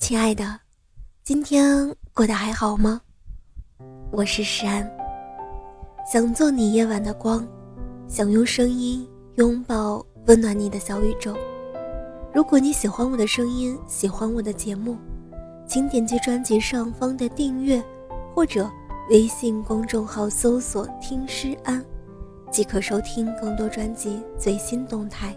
亲爱的，今天过得还好吗？我是诗安，想做你夜晚的光，想用声音拥抱温暖你的小宇宙。如果你喜欢我的声音，喜欢我的节目，请点击专辑上方的订阅，或者微信公众号搜索听诗安，即可收听更多专辑最新动态。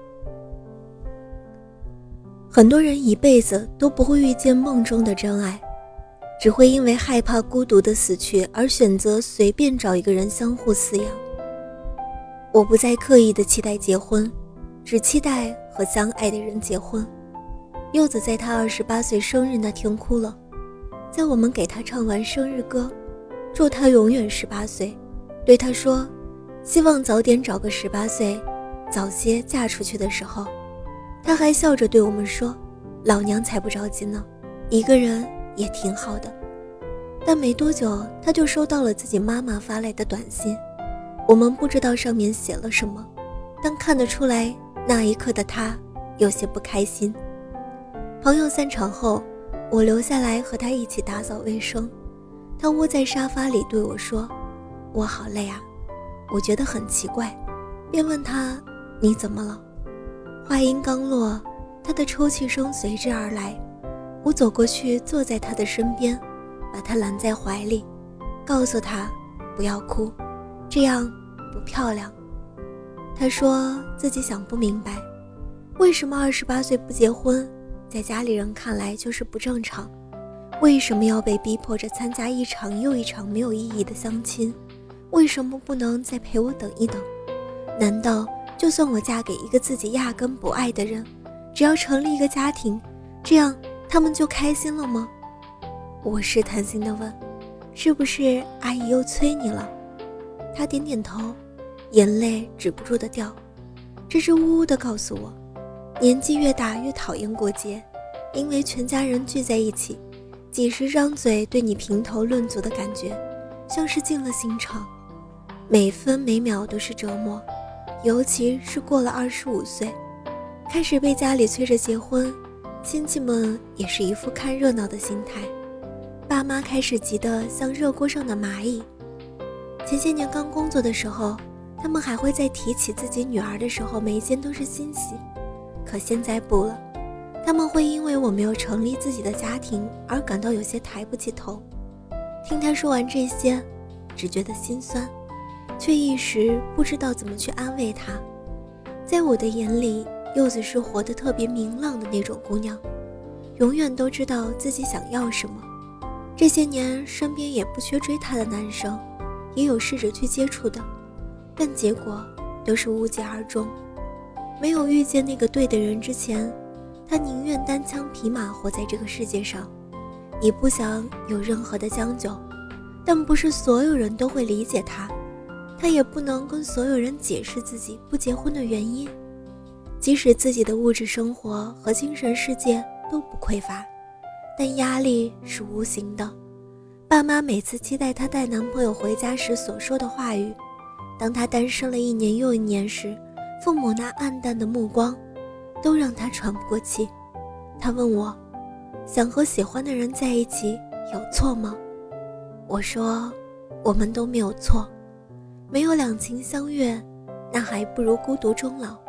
很多人一辈子都不会遇见梦中的真爱，只会因为害怕孤独的死去而选择随便找一个人相互饲养。我不再刻意的期待结婚，只期待和相爱的人结婚。柚子在他28岁生日那天哭了，在我们给他唱完生日歌，祝他永远18岁，对他说希望早点找个18岁早些嫁出去的时候，他还笑着对我们说，老娘才不着急呢，一个人也挺好的。但没多久他就收到了自己妈妈发来的短信，我们不知道上面写了什么，但看得出来那一刻的他有些不开心。朋友散场后，我留下来和他一起打扫卫生，他窝在沙发里对我说，我好累啊。我觉得很奇怪，便问他，你怎么了？话音刚落，他的抽泣声随之而来。我走过去坐在他的身边，把他揽在怀里，告诉他不要哭，这样不漂亮。他说自己想不明白，为什么28岁不结婚，在家里人看来就是不正常，为什么要被逼迫着参加一场又一场没有意义的相亲，为什么不能再陪我等一等？难道就算我嫁给一个自己压根不爱的人，只要成立一个家庭，这样他们就开心了吗？我试探性地问，是不是阿姨又催你了？他点点头，眼泪止不住地掉，支支吾吾地告诉我，年纪越大越讨厌过节，因为全家人聚在一起，几十张嘴对你评头论足的感觉，像是进了刑场，每分每秒都是折磨。尤其是过了25岁，开始被家里催着结婚，亲戚们也是一副看热闹的心态，爸妈开始急得像热锅上的蚂蚁。前些年刚工作的时候，他们还会在提起自己女儿的时候眉间都是欣喜，可现在不了，他们会因为我没有成立自己的家庭而感到有些抬不起头。听他说完这些，只觉得心酸，却一时不知道怎么去安慰他。在我的眼里，柚子是活得特别明朗的那种姑娘，永远都知道自己想要什么。这些年身边也不缺追她的男生，也有试着去接触的，但结果都是无疾而终。没有遇见那个对的人之前，她宁愿单枪匹马活在这个世界上，也不想有任何的将就。但不是所有人都会理解她，他也不能跟所有人解释自己不结婚的原因，即使自己的物质生活和精神世界都不匮乏，但压力是无形的。爸妈每次期待她带男朋友回家时所说的话语，当她单身了1年又1年时，父母那暗淡的目光都让她喘不过气。她问我，想和喜欢的人在一起有错吗？我说，我们都没有错，没有两情相悦，那还不如孤独终老。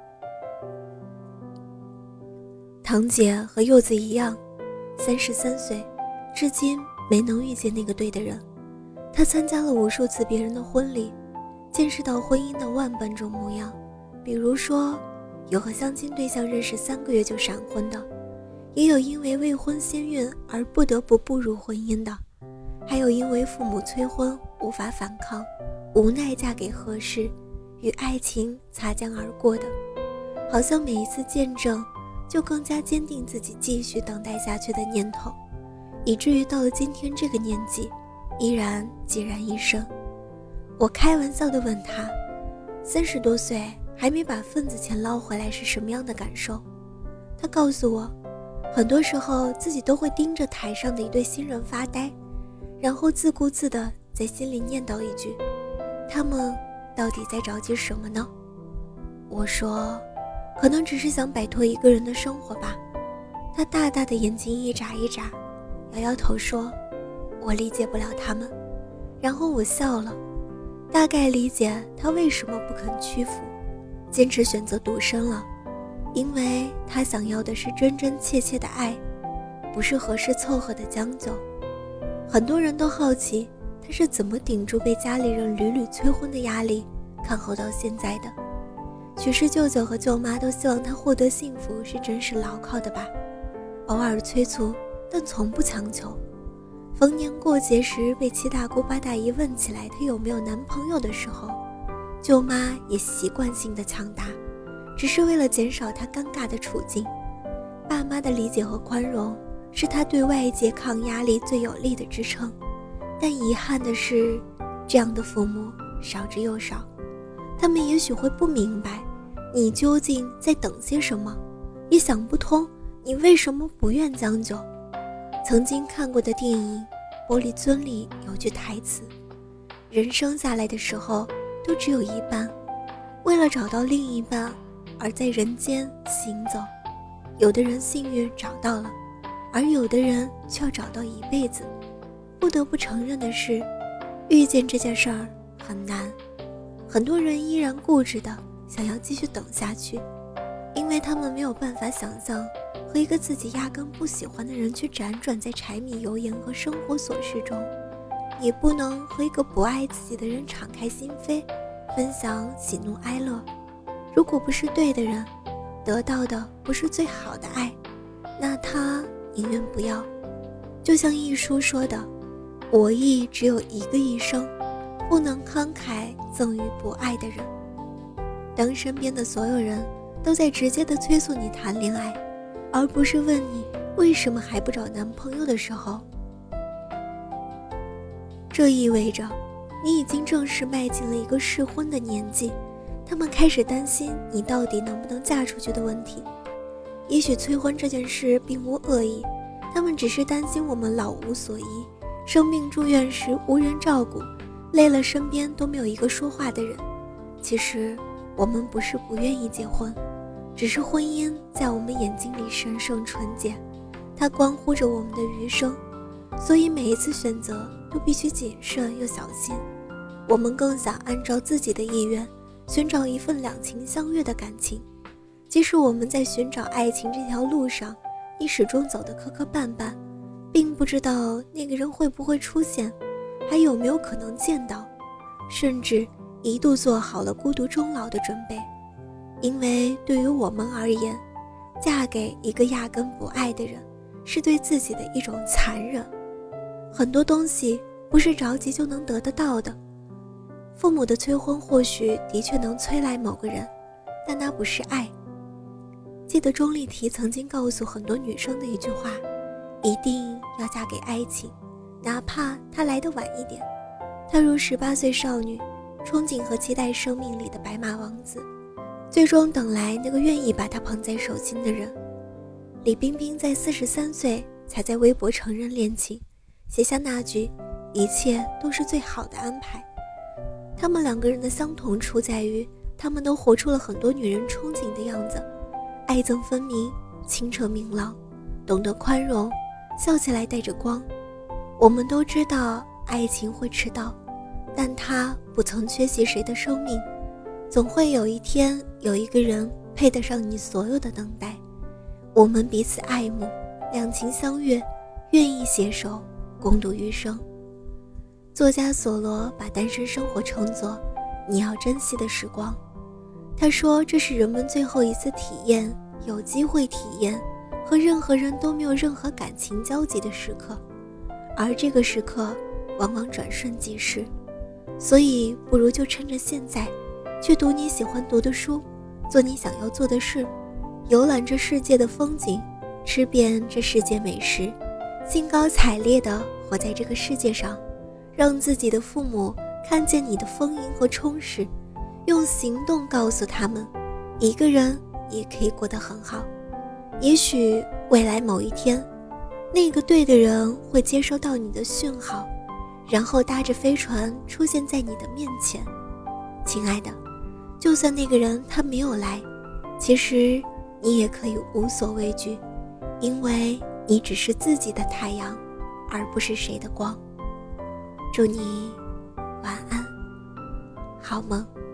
堂姐和柚子一样，33岁，至今没能遇见那个对的人。她参加了无数次别人的婚礼，见识到婚姻的万般种模样。比如说，有和相亲对象认识3个月就闪婚的，也有因为未婚先孕而不得不步入婚姻的，还有因为父母催婚无法反抗，无奈嫁给合适，与爱情擦肩而过的。好像每一次见证就更加坚定自己继续等待下去的念头，以至于到了今天这个年纪依然孑然一身。我开玩笑地问他，30多岁还没把份子钱捞回来是什么样的感受？他告诉我，很多时候自己都会盯着台上的一对新人发呆，然后自顾自地在心里念叨一句，他们到底在着急什么呢？我说，可能只是想摆脱一个人的生活吧， 他大大的眼睛一眨一眨，摇摇头说，我理解不了他们。然后我笑了，大概理解他为什么不肯屈服，坚持选择独身了。因为他想要的是真真切切的爱，不是合适凑合的将就。很多人都好奇他是怎么顶住被家里人屡屡催婚的压力，看后到现在的。许是舅舅和舅妈都希望他获得幸福是真实牢靠的吧，偶尔催促，但从不强求。逢年过节时被七大姑八大姨问起来他有没有男朋友的时候，舅妈也习惯性的抢答，只是为了减少他尴尬的处境。爸妈的理解和宽容是他对外界抗压力最有力的支撑，但遗憾的是，这样的父母少之又少。他们也许会不明白你究竟在等些什么，也想不通你为什么不愿将就。曾经看过的电影《玻璃樽》里有句台词，人生下来的时候都只有一半，为了找到另一半而在人间行走。有的人幸运找到了，而有的人却要找到一辈子。不得不承认的是，遇见这件事儿很难。很多人依然固执的想要继续等下去，因为他们没有办法想象和一个自己压根不喜欢的人去辗转在柴米油盐和生活琐事中，也不能和一个不爱自己的人敞开心扉，分享喜怒哀乐。如果不是对的人，得到的不是最好的爱，那他宁愿不要。就像一书说的，我亦只有一个一生，不能慷慨赠予不爱的人。当身边的所有人都在直接的催促你谈恋爱，而不是问你为什么还不找男朋友的时候，这意味着你已经正式迈进了一个适婚的年纪。他们开始担心你到底能不能嫁出去的问题。也许催婚这件事并无恶意，他们只是担心我们老无所依，生病住院时无人照顾，累了身边都没有一个说话的人。其实我们不是不愿意结婚，只是婚姻在我们眼睛里神圣纯洁，它关乎着我们的余生，所以每一次选择都必须谨慎又小心。我们更想按照自己的意愿寻找一份两情相悦的感情，即使我们在寻找爱情这条路上，你始终走得磕磕绊绊，并不知道那个人会不会出现，还有没有可能见到，甚至一度做好了孤独终老的准备。因为对于我们而言，嫁给一个压根不爱的人，是对自己的一种残忍。很多东西不是着急就能得得到的。父母的催婚或许的确能催来某个人，但那不是爱。记得钟丽缇曾经告诉很多女生的一句话，一定要嫁给爱情，哪怕它来得晚一点。她如18岁少女，憧憬和期待生命里的白马王子，最终等来那个愿意把她捧在手心的人。李冰冰在43岁才在微博承认恋情，写下那句一切都是最好的安排。他们两个人的相同处在于，他们都活出了很多女人憧憬的样子，爱憎分明，清澈明朗，懂得宽容，笑起来带着光。我们都知道爱情会迟到，但它不曾缺席谁的生命。总会有一天，有一个人配得上你所有的等待。我们彼此爱慕，两情相悦，愿意携手共度余生。作家索罗把单身生活称作你要珍惜的时光。他说，这是人们最后一次体验，有机会体验和任何人都没有任何感情交集的时刻，而这个时刻往往转瞬即逝。所以不如就趁着现在，去读你喜欢读的书，做你想要做的事，游览这世界的风景，吃遍这世界美食，兴高采烈地活在这个世界上，让自己的父母看见你的丰盈和充实，用行动告诉他们，一个人也可以过得很好。也许未来某一天，那个对的人会接收到你的讯号，然后搭着飞船出现在你的面前。亲爱的，就算那个人他没有来，其实你也可以无所畏惧， 因为你只是自己的太阳，而不是谁的光。祝你晚安，好梦。